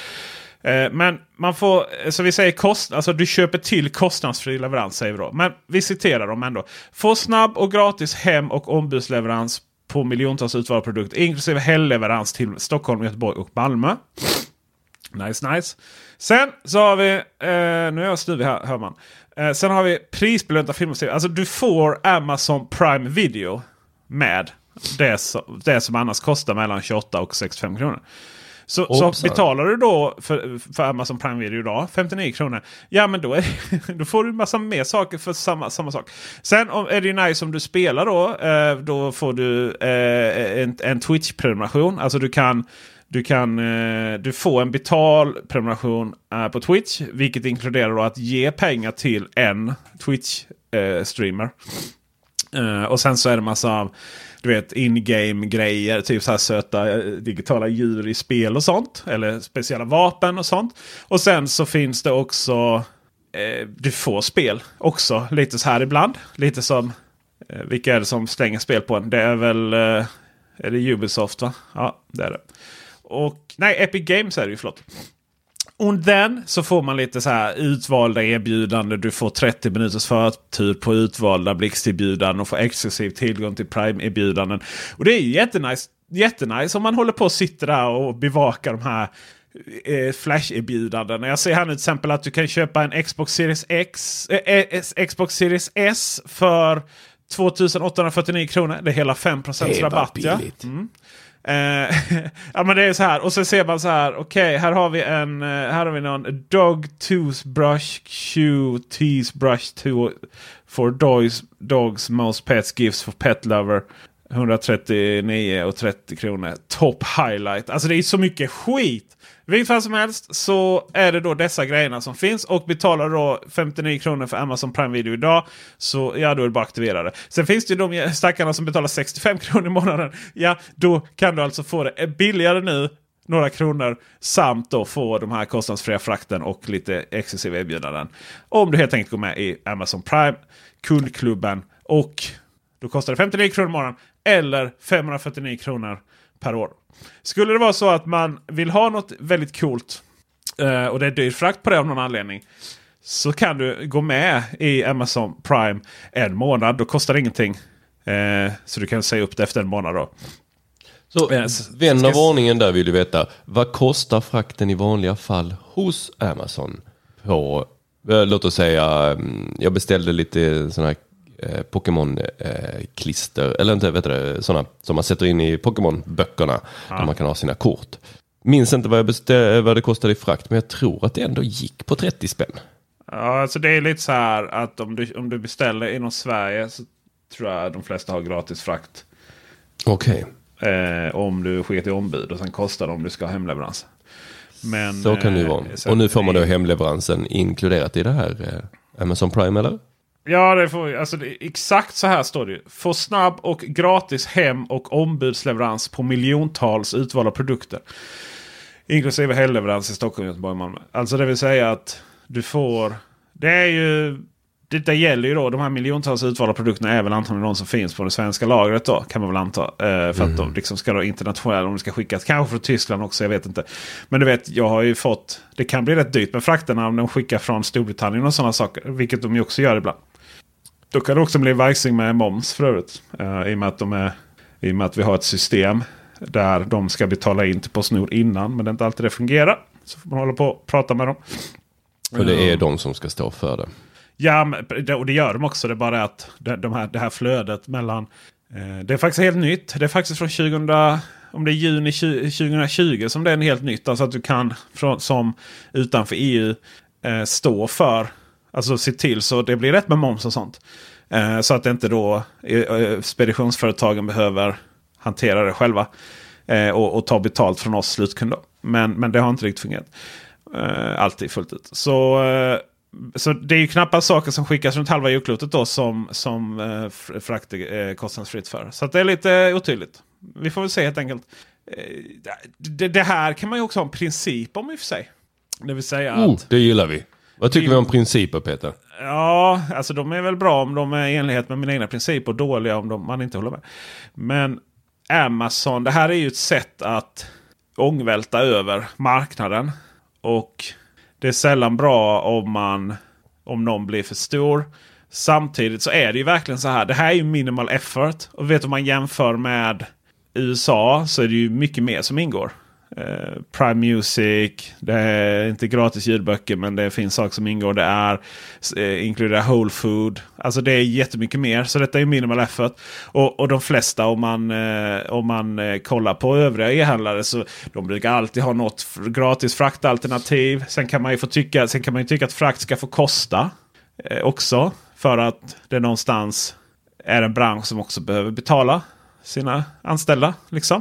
Eh, men man får, så vi säger kost, alltså du köper till kostnadsfri leverans säger vi då. Men vi citerar dem ändå. Få snabb och gratis hem- och ombudsleverans på miljontals utvalda produkter inklusive helgleverans till Stockholm, Göteborg och Malmö. Nice, nice. Sen så har vi, eh, nu är jag snuvig här, hör man. Eh, sen har vi prisbelönta filmer. Alltså du får Amazon Prime Video med det, så, det som annars kostar mellan tjugoåtta och sextiofem kronor. Så, så betalar du då för, för Amazon Prime Video idag femtionio kronor. Ja, men då, är, då får du en massa mer saker för samma, samma sak. Sen om, är det ju nice om du spelar då. Eh, då får du eh, en, en Twitch-prenumeration. Alltså du kan... Du kan eh, du får en betalprenumeration eh, på Twitch. Vilket inkluderar då att ge pengar till en Twitch-streamer. Eh, och sen så är det massa du vet, in-game-grejer. Typ så här söta eh, digitala djur i spel och sånt. Eller speciella vapen och sånt. Och sen så finns det också... Eh, du får spel också. Lite så här ibland. Lite som... Eh, vilka är det som slänger spel på en? Det är väl... Eh, är det Ubisoft va? Ja, det är det. Och, nej, Epic Games är det ju, förlåt. Och den så får man lite så här utvalda erbjudanden. Du får trettio minuters förtur på utvalda blixterbjudanden och får exklusiv tillgång till Prime-erbjudanden. Och det är ju jättenice jättenice om man håller på och sitter där och bevakar de här eh, flash-erbjudanden. Jag ser här nu till exempel att du kan köpa en Xbox Series X, eh, Xbox Series S för tvåtusen åttahundrafyrtionio kronor. Det är hela fem procent rabatt. Ja. Mm. Eh, ja, men det är så här. Och så ser man så här. Okej, okay, här har vi en här har vi någon Dog Toothbrush Chew Toothbrush to, for dogs, dogs most pets gifts for pet lover. etthundratrettionio och trettio kronor. Top highlight. Alltså det är så mycket skit. I vilket fall som helst så är det då dessa grejerna som finns. Och betalar då femtionio kronor för Amazon Prime Video idag. Så ja, då är det bara aktiverade. Sen finns det ju de stackarna som betalar sextiofem kronor i månaden. Ja, då kan du alltså få det billigare nu. Några kronor. Samt då få de här kostnadsfria frakten och lite exklusiva erbjudanden. Om du helt enkelt går med i Amazon Prime kundklubben. Och då kostar det femtionio kronor i månaden. Eller femhundrafyrtionio kronor per år. Skulle det vara så att man vill ha något väldigt coolt eh, och det är dyr frakt på det av någon anledning, så kan du gå med i Amazon Prime en månad. Då kostar det ingenting. Eh, så du kan säga upp det efter en månad då. Så eh, vän av ordningen där vill du veta, vad kostar frakten i vanliga fall hos Amazon? På, eh, låt oss säga, jag beställde lite sådana här Eh, Pokémon-klister eh, eller inte, vet du, sådana som man sätter in i Pokémon-böckerna ja. Där man kan ha sina kort. Minns inte vad, jag beställ, vad det kostade i frakt, men jag tror att det ändå gick på trettio spänn. Ja, alltså det är lite så här att om du, om du beställer inom Sverige så tror jag de flesta har gratis frakt. Okej. Okay. Eh, om du skickar till ombud och sen kostar det om du ska ha hemleverans. Men, så kan det ju vara. Eh, och nu får man då hemleveransen inkluderat i det här eh, Amazon Prime, eller? Ja, det får, alltså det, exakt så här står det. Få snabb och gratis hem- och ombudsleverans på miljontals utvalda produkter. Inklusive hemleverans i Stockholm, Göteborg och Malmö. Alltså det vill säga att du får... Det är ju... Det gäller ju då, de här miljontals utvalda produkterna är väl antagligen de som finns på det svenska lagret då, kan man väl anta. Eh, för mm. att de liksom ska då internationellt, om de ska skickas, kanske från Tyskland också, jag vet inte. Men du vet, jag har ju fått... Det kan bli rätt dyrt med frakterna om de skickar från Storbritannien och sådana saker, vilket de ju också gör ibland. Då kan det också bli vajsing med moms för övrigt. Uh, i, och med att de är, I och med att vi har ett system där de ska betala in till Postnord innan. Men det är inte alltid det fungerar. Så får man hålla på och prata med dem. Och det är uh, de som ska stå för det. Ja, men, och det gör de också. Det är bara att det, de här, det här flödet mellan... Uh, det är faktiskt helt nytt. Det är faktiskt från tjugo... Om det är juni tjugohundratjugo som det är en helt nytt. Alltså att du kan från, som utanför E U uh, stå för... Alltså se till så det blir rätt med moms och sånt. Eh, så att inte då eh, speditionsföretagen behöver hantera det själva. Eh, och, och ta betalt från oss slutkunder. Men, men det har inte riktigt fungerat. Eh, alltid fullt ut. Så, eh, så det är ju knappast saker som skickas runt halva jordklotet då som, som eh, frakt är eh, kostnadsfritt för. Så att det är lite otydligt. Vi får väl se helt enkelt. Eh, det, det här kan man ju också ha en princip om i och för sig. Det vill säga att... Oh, det gillar vi. Vad tycker vi om principer, Peter? Ja, alltså de är väl bra om de är i enlighet med mina egna principer och dåliga om de, man inte håller med. Men Amazon, det här är ju ett sätt att ångvälta över marknaden. Och det är sällan bra om man om någon blir för stor. Samtidigt så är det ju verkligen så här. Det här är ju minimal effort. Och vet om man jämför med U S A så är det ju mycket mer som ingår. Uh, Prime Music, det är inte gratis ljudböcker men det finns saker som ingår. Det är uh, inkluderar Whole Food. Alltså det är jättemycket mer. Så detta är ju minimal effort. Och, och de flesta om man, uh, om man uh, kollar på övriga e-handlare så de brukar alltid ha något gratis fraktalternativ. Sen kan man ju få tycka, sen kan man ju tycka att frakt ska få kosta uh, också. För att det någonstans är en bransch som också behöver betala sina anställda liksom.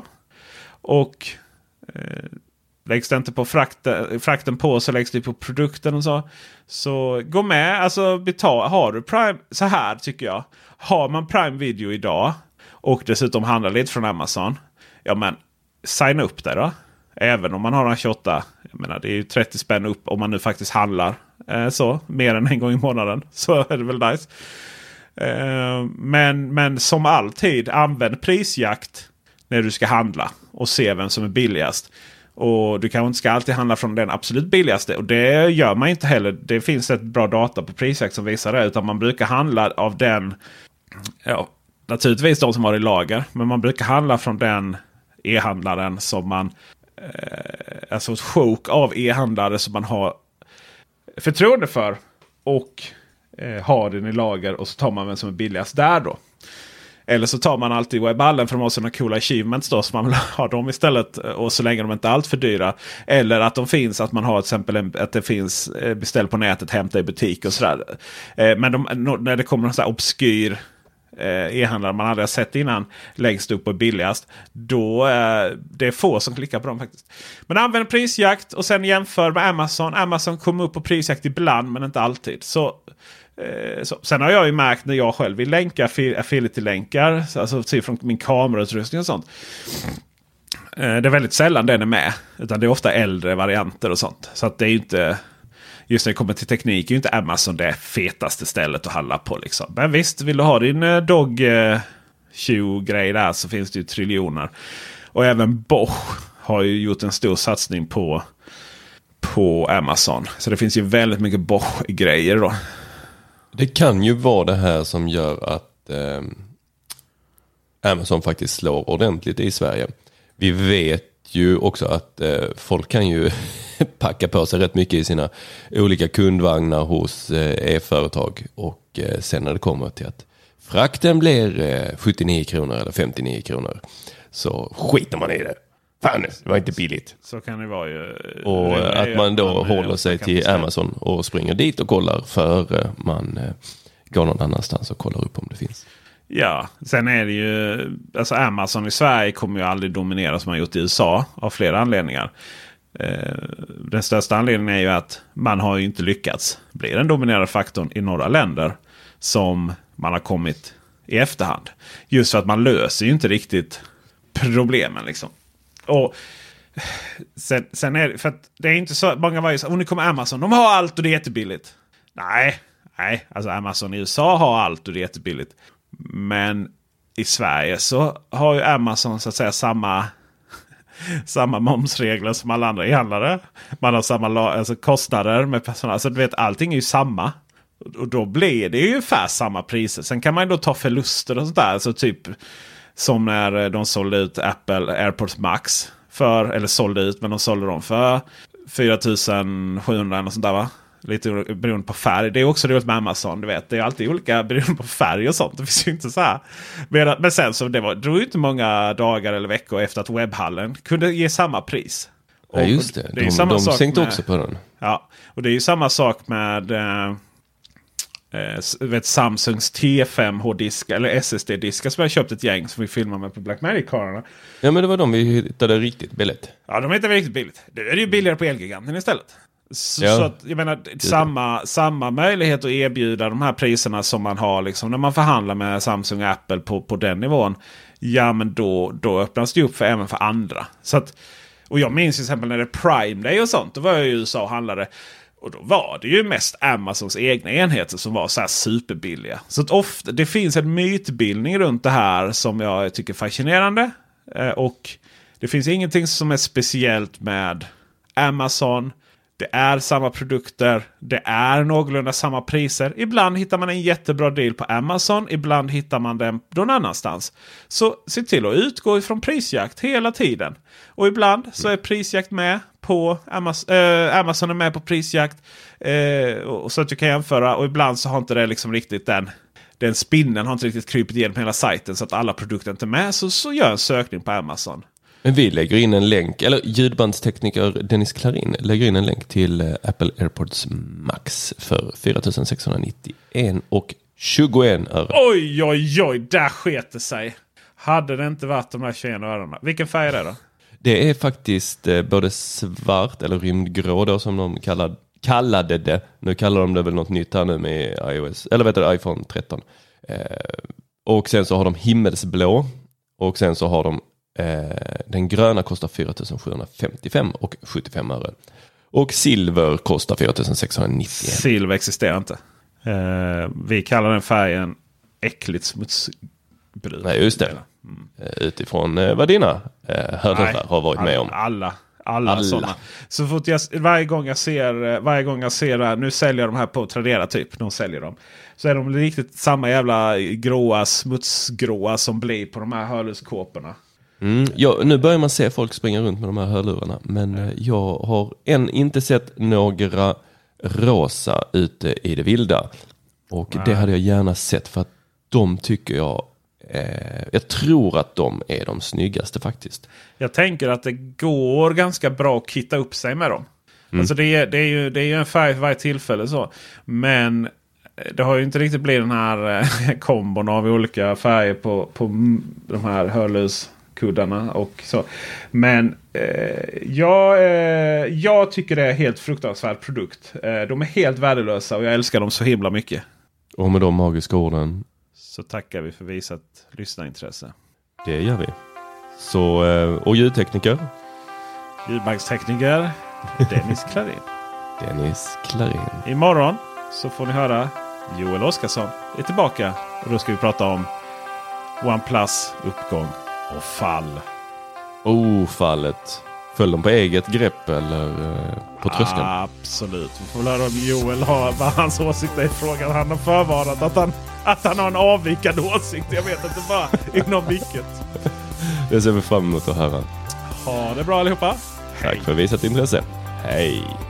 Och Eh, läggs det inte på frakten, frakten på så läggs det på produkten och så. Så gå med, alltså betala. Har du Prime, så här tycker jag. Har man Prime Video idag och dessutom handlar lite från Amazon. Ja men, signa upp där då. Även om man har en tjugoåtta. Jag menar det är ju trettio spänn upp om man nu faktiskt handlar. Eh, så, mer än en gång i månaden. Så är det väl nice. Eh, men, men som alltid, använd prisjakt när du ska handla och se vem som är billigast. Och du kanske inte ska alltid handla från den absolut billigaste. Och det gör man inte heller. Det finns ett bra data på prisjakt som visar det. Utan man brukar handla av den... Ja, naturligtvis de som har i lager. Men man brukar handla från den e-handlaren som man eh, alltså ett sjok av e-handlare som man har förtroende för och eh, har den i lager och så tar man vem som är billigast där då. Eller så tar man alltid webballen för de har sådana coola achievements då, så man vill ha dem istället, och så länge de inte är allt för dyra. Eller att de finns, att man har till exempel en, att det finns beställ på nätet, hämta i butik och sådär. Eh, men de, när det kommer en sån här obskyr eh, e-handlare man aldrig har sett innan längst upp och billigast, då eh, det är få som klickar på dem faktiskt. Men använder prisjakt och sen jämför med Amazon. Amazon kommer upp på prisjakt ibland men inte alltid. Så Så, sen har jag ju märkt när jag själv vill länka affiliate-länkar, alltså typ från min kamerautrustning och sånt. Eh, det är väldigt sällan den är med, utan det är ofta äldre varianter och sånt. Så att det är ju inte, just när det kommer till teknik, är ju inte Amazon det fetaste stället att handla på liksom. Men visst, vill du ha din eh, Dog eh, tjugo-grej där så finns det ju triljoner. Och även Bosch har ju gjort en stor satsning på, på Amazon. Så det finns ju väldigt mycket Bosch-grejer då. Det kan ju vara det här som gör att eh, Amazon faktiskt slår ordentligt i Sverige. Vi vet ju också att eh, folk kan ju packa på sig rätt mycket i sina olika kundvagnar hos eh, e-företag. Och eh, sen när det kommer till att frakten blir eh, sjuttionio kronor eller femtionio kronor så skiter man i det. Fan, det var inte billigt. Så kan det vara ju. Och det att man då man, håller sig till beställa. Amazon och springer dit och kollar för man eh, går någon annanstans och kollar upp om det finns. Ja, sen är det ju, alltså Amazon i Sverige kommer ju aldrig dominera som man gjort i U S A av flera anledningar. Eh, den största anledningen är ju att man har ju inte lyckats bli den dominerande faktorn i några länder som man har kommit i efterhand. Just för att man löser ju inte riktigt problemen liksom. Och sen, sen är det, för att det är inte så många var ju så, och nu kommer Amazon, de har allt och det är jättebilligt. Nej, nej, alltså Amazon i U S A har allt och det är jättebilligt. Men i Sverige så har ju Amazon så att säga samma samma momsregler som alla andra e-handlare. Man har samma alltså kostnader med personal, så du vet, allting är ju samma. Och då blir det ju ungefär samma priser. Sen kan man ju då ta förluster och sånt där, alltså typ som när de sålde ut Apple AirPods Max för, eller sålde ut, men de sålde dem för fyra tusen sjuhundra och sånt där, va? Lite beroende på färg. Det är också roligt med Amazon, du vet. Det är alltid olika beroende på färg och sånt. Det finns ju inte så här. Men, men sen så det var, det var ju inte många dagar eller veckor efter att webbhallen kunde ge samma pris. Och, ja, just det. det är de samma de sak sänkte med, också på den. Ja, och det är ju samma sak med eh, eh, vet, Samsungs T fem hårddiskar eller S S D-diskar som jag köpt ett gäng som vi filmar med på Blackmagic-karlarna. Ja, men det var de vi hittade riktigt billigt. Ja, de hittade riktigt billigt. Det är ju billigare på Elgiganten istället. Så, ja. så att, jag menar, samma, samma möjlighet att erbjuda de här priserna som man har liksom, när man förhandlar med Samsung och Apple på, på den nivån. Ja, men då, då öppnas det upp för, även för andra. Så att, och jag minns till exempel när det är Prime Day och sånt. Då var jag i U S A och handlade. Och då var det ju mest Amazons egna enheter som var så här superbilliga. Så att ofta, det finns en mytbildning runt det här som jag tycker är fascinerande. Eh, och det finns ingenting som är speciellt med Amazon. Det är samma produkter. Det är någorlunda samma priser. Ibland hittar man en jättebra deal på Amazon. Ibland hittar man den någon annanstans. Så se till att utgå ifrån prisjakt hela tiden. Och ibland så är prisjakt med på Amazon. Äh, Amazon är med på prisjakt. Äh, och så att du kan jämföra. Och ibland så har inte det liksom riktigt den, den spinnen har inte riktigt krypit igenom hela sajten. Så att alla produkter inte är med. Så, så gör en sökning på Amazon. Men vi lägger in en länk, eller ljudbandstekniker Dennis Klarin lägger in en länk till Apple AirPods Max för fyra tusen sexhundranittioen och tjugoen öre. Oj, oj, oj, där sket det sig. Hade det inte varit de här tjugoen örena. Vilken färg är det då? Det är faktiskt eh, både svart eller rymdgrå då, som de kallade, kallade det. Nu kallar de det väl något nytt här nu med iOS, eller vet du, iPhone tretton. Eh, och sen så har de himmelsblå och sen så har de Eh, den gröna kostar fyra tusen sjuhundrafemtiofem och sjuttiofem öre. Och silver kostar fyra tusen sexhundranittio. Silver existerar inte. Eh, vi kallar den färgen äckligt smutsbrun. Nej, just det. Mm. Utifrån eh, vad dina eh, hörlurar har varit alla, med om. Alla. Alla, alla. sådana. Så fort jag, varje gång jag ser varje gång jag ser det här, nu säljer de här på Tradera typ, de säljer dem. Så är de riktigt samma jävla gråa, smutsgråa som blir på de här hörlurskåporna. Mm, ja, nu börjar man se folk springa runt med de här hörlurarna. Men mm. jag har än inte sett några rosa ute i det vilda. Och Nej. det hade jag gärna sett för att de tycker jag... Eh, jag tror att de är de snyggaste faktiskt. Jag tänker att det går ganska bra att kitta upp sig med dem. Mm. Alltså det är, det, är ju, det är ju en färg för varje tillfälle så. Men det har ju inte riktigt blivit den här eh, kombon av olika färger på, på de här hörlurskuddarna och så. Men eh, jag, eh, jag tycker det är helt fruktansvärd produkt. Eh, de är helt värdelösa och jag älskar dem så himla mycket. Och med de magiska orden så tackar vi för visat lyssnarintresse. Det gör vi. Så, och ljudtekniker? Ljudbankstekniker Dennis Klarin. Dennis Klarin. Imorgon så får ni höra Joel Oskarsson är tillbaka. Och då ska vi prata om OnePlus uppgång och fall. Oh, fallet. Föll de på eget grepp eller eh, på tröskeln? Absolut. Vi får höra om Joel har vad hans åsikt är i frågan. Han har förvarat att han, att han har en avvikande åsikt. Jag vet inte bara inom vilket. Det ser vi fram emot att höra. Ha det bra allihopa. Tack för visat intresse. Hej!